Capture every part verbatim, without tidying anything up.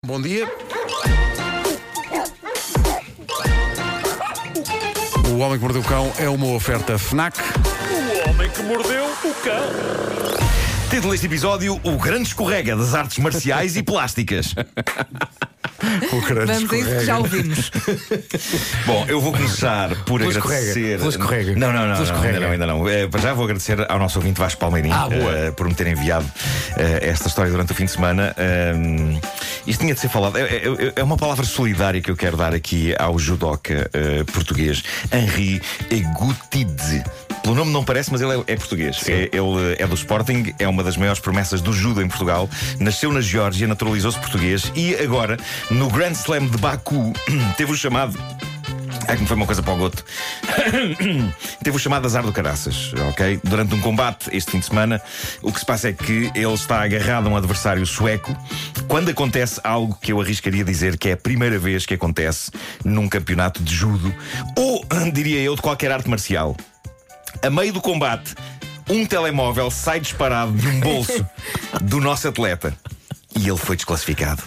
Bom dia. O Homem que Mordeu o Cão é uma oferta FNAC. O Homem que Mordeu o Cão. Título deste episódio: O Grande Escorrega das Artes Marciais e Plásticas. O grande Vamos a isso que já ouvimos. Bom, eu vou começar por Pela agradecer. escorrega. Pela escorrega. Não, não, não, Pela não, escorrega. ainda não, ainda não. Eh, para já vou agradecer ao nosso ouvinte Vasco Palmeirinho Ah, boa. eh, por me ter enviado eh, esta história durante o fim de semana. Um, isto tinha de ser falado. É, é- é uma palavra solidária que eu quero dar aqui ao judoca eh, português Henri Egutidze. Pelo nome não parece, mas ele é, é português. É, ele é do Sporting, é uma das maiores promessas do judo em Portugal. Nasceu na Geórgia, naturalizou-se português e agora, no Grand Slam de Baku, teve o chamado. É que me foi uma coisa para o goto. Teve o chamado azar do caraças, ok? Durante um combate este fim de semana, o que se passa é que ele está agarrado a um adversário sueco quando acontece algo que eu arriscaria dizer que é a primeira vez que acontece num campeonato de judo, ou, diria eu, de qualquer arte marcial. A meio do combate, um telemóvel sai disparado de um bolso do nosso atleta e ele foi desclassificado.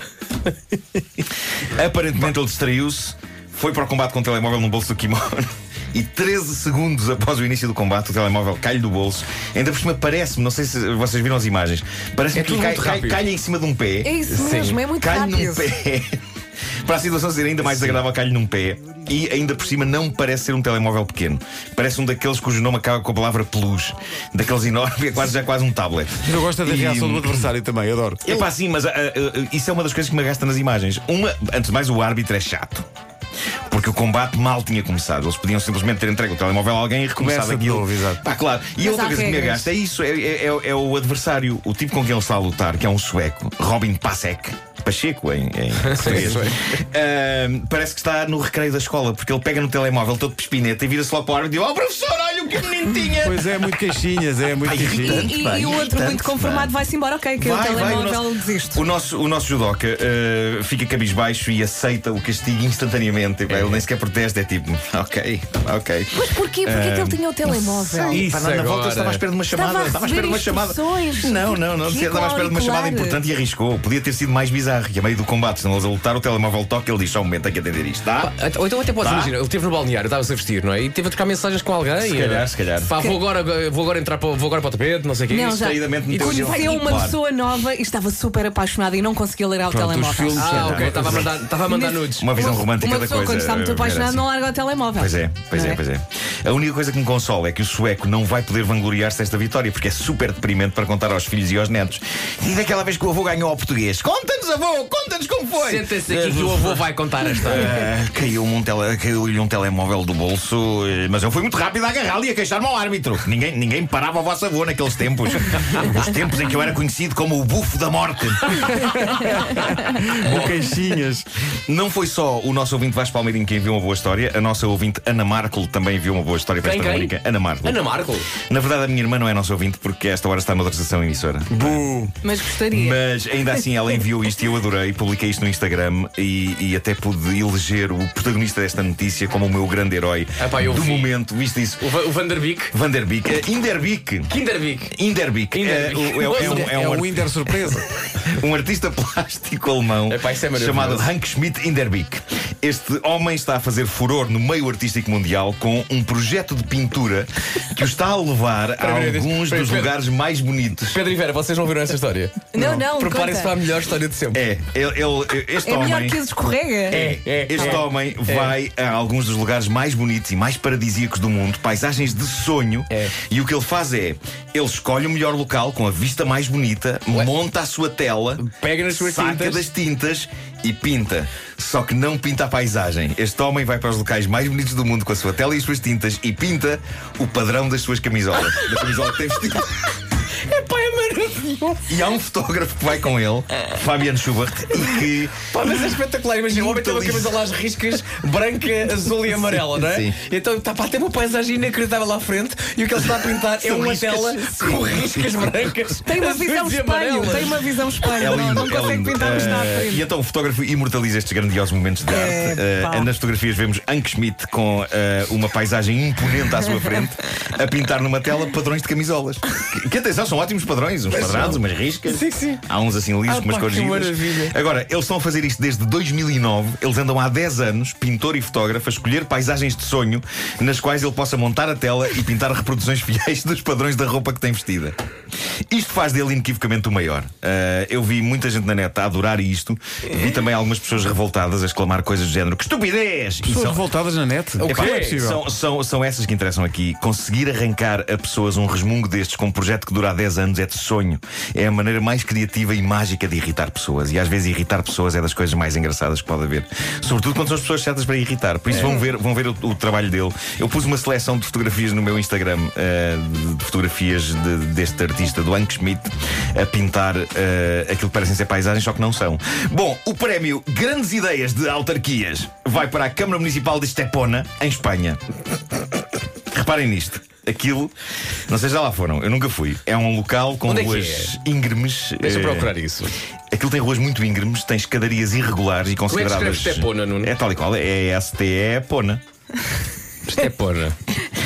Aparentemente ele distraiu-se, foi para o combate com o telemóvel no bolso do kimono e treze segundos após o início do combate o telemóvel cai-lhe do bolso. Ainda por cima parece-me, não sei se vocês viram as imagens, parece-me É que tudo cai, muito cai, rápido. cai em cima de um pé. É isso Sim. mesmo, é muito Cai-lhe rápido. num pé. Para a situação ser ainda mais desagradável, cai-lhe num pé. E ainda por cima não parece ser um telemóvel pequeno. Parece um daqueles cujo nome acaba com a palavra peluche. Daqueles enormes, é quase, já quase um tablet. Eu gosto da E- reação do adversário também, adoro. É pá, sim, mas ah, ah, ah, isso é uma das coisas que me agasta nas imagens. Uma, antes de mais, o árbitro é chato. Porque o combate mal tinha começado. Eles podiam simplesmente ter entregue o telemóvel a alguém e recomeçado Começa de aquilo. novo, exato. Pá, claro. E Mas outra há coisa que me regras. agasta é isso: é, é- é- é o adversário, o tipo com quem ele está a lutar, que é um sueco, Robin Pasek. Pacheco em, em português. Ah, parece que está no recreio da escola, porque ele pega no telemóvel todo pespineta e vira-se logo para o árbitro e diz: Oh, professor, olha o que o menino tinha! Pois é, muito queixinhas, é muito Ai, queixinhas. E, e- Pá, e o outro irritante, muito conformado pá. vai-se embora, ok, que o Vai, vai, telemóvel o nosso, desiste. o nosso, o nosso judoca uh, fica cabisbaixo e aceita o castigo instantaneamente. Pá, ele nem sequer protesta, é tipo, ok, ok. Mas porquê? Porquê que ele tinha o telemóvel? Sei, Isso pá, na, na volta agora. ele estava à espera de uma chamada. Estava a Estava à espera de uma receber chamada. instruções. Não, não, não. Que Estava à espera de uma chamada auricular. importante e arriscou. Podia ter sido mais bizarro. E a meio do combate, estão eles a lutar, o telemóvel toca e ele diz: só um momento, tem que atender isto, tá? Ou então até podes Tá. imaginar, ele esteve no balneário, estava-se a vestir, não é? E teve a trocar mensagens com alguém. Se calhar, se calhar. Pá, vou agora, vou agora entrar para, vou agora para o tapete, não sei o quê. Não, Isto- já. distraidamente E meteu aquilo. conheceu uma Claro. pessoa nova e estava super apaixonada e não conseguia ler ao Pronto, os telemóvel. filmes- Ah, ok, estava a mandar, estava a mandar Nesse- nudes. Uma visão romântica Uma da pessoa, coisa. quando está muito era apaixonada, assim. não larga o telemóvel. Pois é, pois Não é, pois é. A única coisa que me consola é que o sueco não vai poder vangloriar-se desta vitória, porque é super deprimente para contar aos filhos e aos netos. E daquela vez que o avô ganhou ao português. Conta-nos, avô, conta-nos como foi. Senta-se aqui que o avô vai contar a história. Ah, Caiu-me um tele, caiu-lhe um telemóvel do bolso, eh, mas eu fui muito rápido a agarrá-lo e a queixar-me ao árbitro. Ninguém, ninguém parava o vosso avô naqueles tempos. Os tempos em que eu era conhecido como o bufo da morte. Com queixinhas. Não foi só o nosso ouvinte Vasco Palmeirinho que enviou uma boa história, a nossa ouvinte Ana Marco também enviou uma boa história para Quem, esta quem? rubrica. Ana Marco. Ana Marco. Na verdade, a minha irmã não é nossa ouvinte porque a esta hora está noutra estação emissora. Bu. Mas gostaria. Mas ainda assim ela enviou isto e eu adorei, publiquei isto no Instagram e, e até pude eleger o protagonista desta notícia como o meu grande herói Epá, eu do vi. momento. Viste isso? O, Va- o Vanderbeek. Van der Beek, eh, Inderbeek. Kinderbeek. Inderbeek. Inderbeek. É, o- é, o- é um, é É um um Inder surpresa. um artista plástico alemão Epá, isso é maravilhoso. chamado Hank Schmidt Inderbeek. Este homem está a fazer furor no meio artístico mundial com um projeto de pintura que o está a levar a Espera, espera, alguns espera, dos espera. lugares mais bonitos. Pedro e Vera, vocês não viram essa história? Não, não, Preparem-se conta. para a melhor história de sempre. É, ele, ele- este É homem. melhor que esse escorrega. É, é, Este é. homem vai a alguns dos lugares mais bonitos e mais paradisíacos do mundo, paisagens de sonho, É. e o que ele faz é, ele escolhe o melhor local com a vista mais bonita, monta a sua tela, Pega nas suas saca tintas. das tintas e pinta. Só que não pinta a paisagem. Este homem vai para os locais mais bonitos do mundo com a sua tela e as suas tintas e pinta o padrão das suas camisolas. Da camisola que tem vestido. Epá, é maravilhoso. E há um fotógrafo que vai com ele, Fabiano Schubert, e que. Pá, mas é espetacular. Imagina, o homem tem uma Muito camisola às riscas, branca, azul e amarela, não é? Sim. Então tá, pá, tem uma paisagem inacreditável lá à frente e o que ele está a pintar é São uma riscas, tela sim. com riscas brancas. Tem uma azuis visão e espelho. amarelas. Tem uma visão espelho. É não, lindo, não é consegue lindo. pintar o que está à Eh, frente. e então o fotógrafo imortaliza estes grandiosos momentos de É, arte. Eh, pá. nas fotografias vemos Hank Schmidt com eh, uma paisagem imponente à sua frente a pintar numa tela padrões de camisolas. Que, que atenção, são ótimos padrões, uns quadrados, pintados, umas riscas. Sim, sim. Há uns assim lisos, Ah, com umas pá, cores que giras. maravilha. Agora, eles estão a fazer isto desde dois mil e nove. Eles andam há dez anos, pintor e fotógrafo, a escolher paisagens de sonho nas quais ele possa montar a tela e pintar reproduções fiéis dos padrões da roupa que tem vestida. Isto faz dele inequivocamente o maior. Uh, eu vi muita gente na net a adorar isto. Vi também algumas pessoas revoltadas a exclamar coisas do género: que estupidez! E Pessoas são- revoltadas na net. O Epá, quê? É possível. são, são, são essas que interessam aqui. Conseguir arrancar a pessoas um resmungo destes com um projeto que dura há dez anos é de sonho. É a maneira mais criativa e mágica de irritar pessoas. E às vezes irritar pessoas é das coisas mais engraçadas que pode haver. Sobretudo quando são as pessoas certas para irritar. Por isso vão ver, vão ver o, o trabalho dele. Eu pus uma seleção de fotografias no meu Instagram, uh, de, de fotografias de, deste artista, do Hank Schmidt, a pintar uh, aquilo que parecem ser paisagens, só que não são. Bom, o prémio Grandes Ideias de Autarquias vai para a Câmara Municipal de Estepona, em Espanha. Reparem nisto. Aquilo, não sei se já lá foram, eu nunca fui. É um local com Onde é que ruas íngremes. Deixa eu eh, procurar isso. Aquilo tem ruas muito íngremes, tem escadarias irregulares e Como é que consideradas. escreve Estepona, Nuno? É tal e qual, é S T E Pona. Estepona.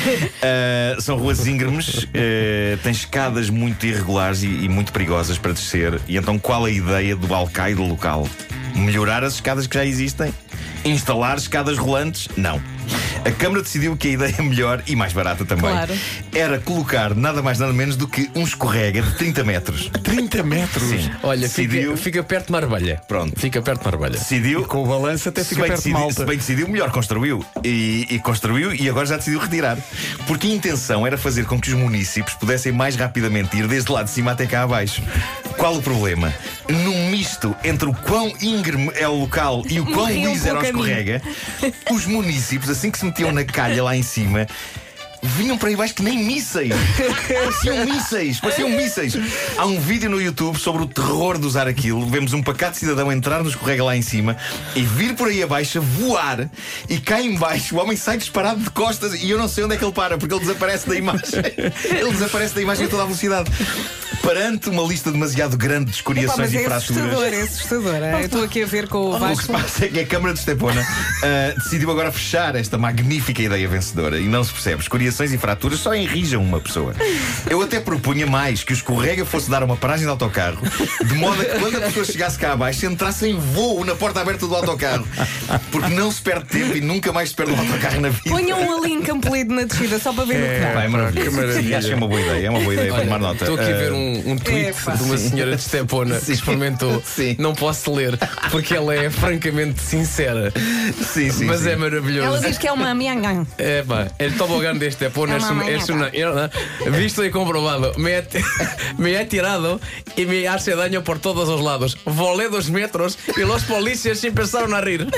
Uh, são ruas íngremes, uh, têm escadas muito irregulares e, e muito perigosas para descer. E então, qual a ideia do alcaide local? Melhorar as escadas que já existem? Instalar escadas rolantes? Não. A Câmara decidiu que a ideia melhor e mais barata também Claro. era colocar nada mais nada menos do que um escorrega de trinta metros. trinta metros. Sim. Olha, decidiu, fica, fica perto de Marbelha. Pronto. Fica perto de Marbelha. decidiu Com o balanço até Se fica bem, perto de decidi- Malta. se bem decidiu, melhor construiu. E, e construiu e agora já decidiu retirar. Porque a intenção era fazer com que os munícipes pudessem mais rapidamente ir desde lá de cima até cá abaixo. Qual o problema? Num misto entre o quão íngreme é o local e o quão Morriam liso era o pelo caminho. escorrega, os munícipes, assim que se metiam na calha lá em cima, vinham para aí baixo que nem mísseis. Pareciam mísseis, pareciam mísseis. Há um vídeo no YouTube sobre o terror de usar aquilo. Vemos um pacato cidadão entrar no escorrega lá em cima e vir por aí abaixo, a voar, e cá em baixo o homem sai disparado de costas e eu não sei onde é que ele para, porque ele desaparece da imagem. Ele desaparece da imagem a toda a velocidade. Perante uma lista demasiado grande de Epá, escoriações mas e é fraturas. assustador, é assustador. é? Eu estou aqui a ver com o O que Vasco. se passa é que a Câmara de Estepona uh, decidiu agora fechar esta magnífica ideia vencedora. E não se percebe. Escoriações e fraturas só enrijam uma pessoa. Eu até propunha mais que o escorrega fosse dar uma paragem de autocarro, de modo a que quando a pessoa chegasse cá abaixo entrasse em voo na porta aberta do autocarro. Porque não se perde tempo e nunca mais se perde um autocarro na vida. Ponham ali em Campolide na descida, só para ver no que Pá, dá. é maravilhoso. Que maravilha. Sim, acho que é uma boa ideia. É uma boa ideia para tomar nota. Estou aqui a ver Uh, um, um tweet Epá. de uma Sim. senhora de Estepona que experimentou. Sim. Não posso ler porque ela é francamente sincera. Sim, sim. Mas sim. é Ela maravilhoso. diz que é uma miangan. É pá, el tobogán de Estepona É es, uma un- es una mierda. Visto y comprobado. Me he, me he tirado y me hace daño por todos los lados. Volé dos metros y los policías se empezaron a rir.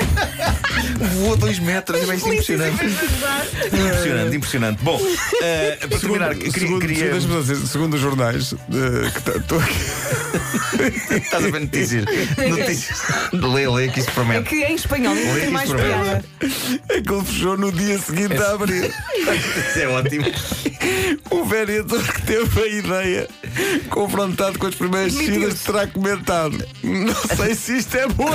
Voa dois metros, é bem impressionante. Impressionante, impressionante. Bom, uh, para terminar, queria. Segundo, queria... segundo, deixa-me dizer, segundo os jornais, eh, que tá- tô aqui- Estás a ver notícias? Notícias. Lê, lê, que isso É promete. que em espanhol ainda Lê tem mais isso para mim. piada. aquilo fechou no dia seguinte a abrir. Isso é ótimo. O vereador que teve a ideia, confrontado com as primeiras descidas, terá comentado: não sei se isto é bom.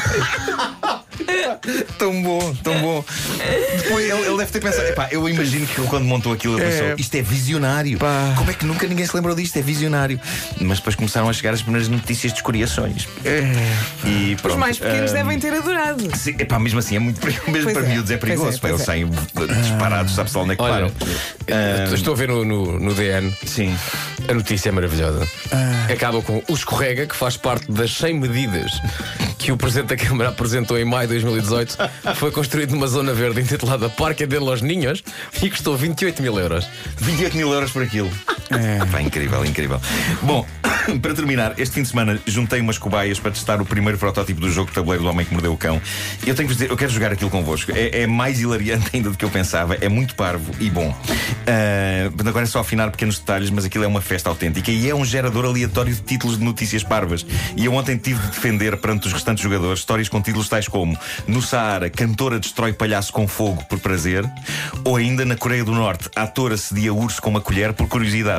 Tão bom, tão bom. Depois ele, ele deve ter pensado. Epá, eu imagino que ele, quando montou aquilo, ele É. pensou: isto é visionário. Pá. Como é que nunca ninguém se lembrou disto? É visionário. Mas depois começaram a chegar as primeiras notícias de escoriações. E Os pronto. mais pequenos ah, devem ter adorado. Sim, epá, mesmo assim é muito perigoso. Mesmo Pois para é, miúdos é pois perigoso. é, Pá, pois eles é. saem disparados, sabe-se lá onde é que Olha, param. eu estou a ver no, no, no D N. Sim. A notícia é maravilhosa. Acaba com o escorrega, que faz parte das cem medidas que o Presidente da Câmara apresentou em maio de dois mil e dezoito. Foi construído numa zona verde intitulada Parque de los Niños e custou vinte e oito mil euros. vinte e oito mil euros por aquilo. É. Pá, incrível, incrível. Bom, para terminar, este fim de semana juntei umas cobaias para testar o primeiro protótipo do jogo de tabuleiro do Homem que Mordeu o Cão. E eu tenho que vos dizer, eu quero jogar aquilo convosco. É, é mais hilariante ainda do que eu pensava. É muito parvo e bom. Uh, agora é só afinar pequenos detalhes, mas aquilo é uma festa autêntica e é um gerador aleatório de títulos de notícias parvas. E eu ontem tive de defender perante os restantes jogadores histórias com títulos tais como: no Saara, cantora destrói palhaço com fogo por prazer, ou ainda na Coreia do Norte, ator assedia urso com uma colher por curiosidade.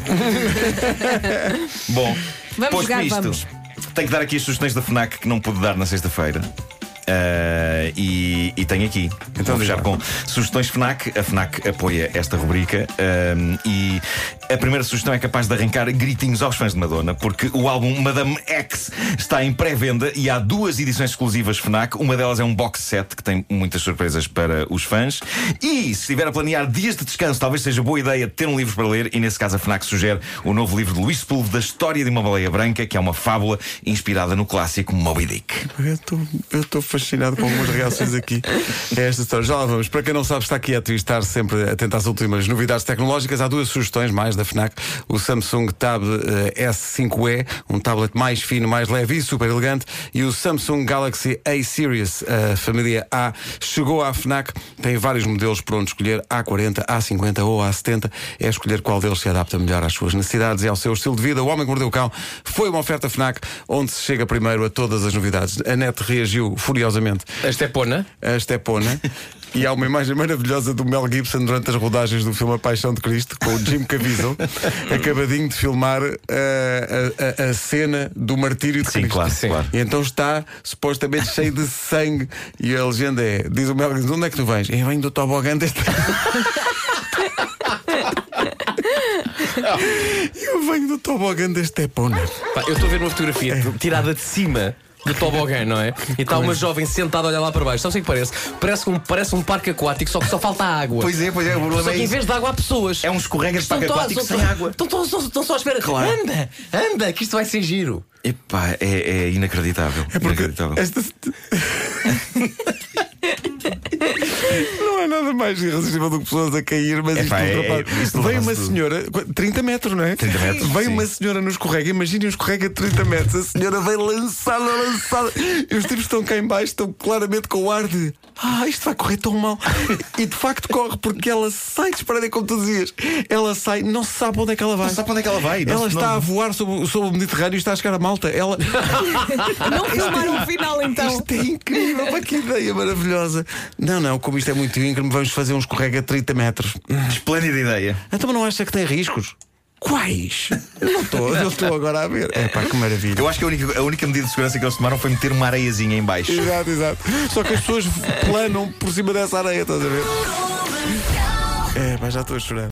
Bom, Vamos posto jogar, isto, vamos. tenho que dar aqui as sugestões da FNAC que não pude dar na sexta-feira. Uh, e, e tenho aqui. Então, vou fechar com sugestões FNAC. A FNAC apoia esta rubrica. Um, e A primeira sugestão é capaz de arrancar gritinhos aos fãs de Madonna, porque o álbum Madame X está em pré-venda e há duas edições exclusivas FNAC. Uma delas é um box set que tem muitas surpresas para os fãs. E se estiver a planear dias de descanso, talvez seja boa ideia ter um livro para ler. E nesse caso a FNAC sugere o novo livro de Luís Sepúlveda, da história de uma baleia branca, que é uma fábula inspirada no clássico Moby Dick. Eu estou fascinado com algumas reações aqui a esta história. Já lá vamos. Para quem não sabe, está quieto e estar sempre atento às últimas novidades tecnológicas, há duas sugestões mais da FNAC. O Samsung Tab S cinco E, um tablet mais fino, mais leve e super elegante, e o Samsung Galaxy A Series, a família A, chegou à FNAC. Tem vários modelos para onde escolher, A quarenta, A cinquenta ou A setenta. É escolher qual deles se adapta melhor às suas necessidades e ao seu estilo de vida. O Homem que Mordeu o Cão foi uma oferta FNAC, onde se chega primeiro a todas as novidades. A net reagiu furiosamente A Estepona. a Estepona. E há uma imagem maravilhosa do Mel Gibson durante as rodagens do filme A Paixão de Cristo, com o Jim Caviezel, acabadinho de filmar uh, a, a, a cena do martírio de Sim, Cristo. claro, Sim. claro. E então está supostamente cheio de sangue. E a legenda é: diz o Mel Gibson, onde é que tu vens? Eu venho do tobogã deste. Eu venho do tobogã deste Estepona. Pá, eu estou a ver uma fotografia tirada de cima do tobogã, não é? E está uma jovem sentada a olhar lá para baixo. Sabe o que parece? Parece um, parece um parque aquático, só que só falta água. Pois é, pois é, o problema Só é que em isso. vez de água há pessoas. É um escorrega de parque Estão aquático todos- sem água. Estão, estão, estão, estão só à espera. Claro. Anda, anda, que isto vai ser giro. Epá, é, é inacreditável. É porque Inacreditável. esta... Não é nada mais irresistível do que pessoas a cair, mas Epá, isto é- ultrapassa. é- isto Veio uma ultrapassa tudo. senhora, trinta metros, não é? trinta metros, Veio sim. uma senhora no escorrega, imaginem um escorrega de trinta metros. A senhora veio lançada, lançada. E os tipos estão cá em baixo, estão claramente com o ar de: ah, isto vai correr tão mal. E de facto corre, porque ela sai disparada, como tu dizias. Ela sai, não se sabe onde é que ela vai. Não sabe para onde é que ela vai. Não Ela se- está não- a voar sobre, sobre o Mediterrâneo e está a chegar a Malta. Ela... Não filmaram o final então. Isto é incrível, pá, que ideia maravilhosa. Não, não, como isto é muito íngreme, vamos fazer um escorrega de trinta metros. Esplêndida ideia. Então, mas não acha que tem riscos? Quais? Eu não estou, eu estou agora a ver. É pá, que maravilha. Eu acho que a única, a única medida de segurança que eles tomaram foi meter uma areiazinha em baixo. Exato, exato. Só que as pessoas planam por cima dessa areia, estás a ver? É pá, já estou a chorar.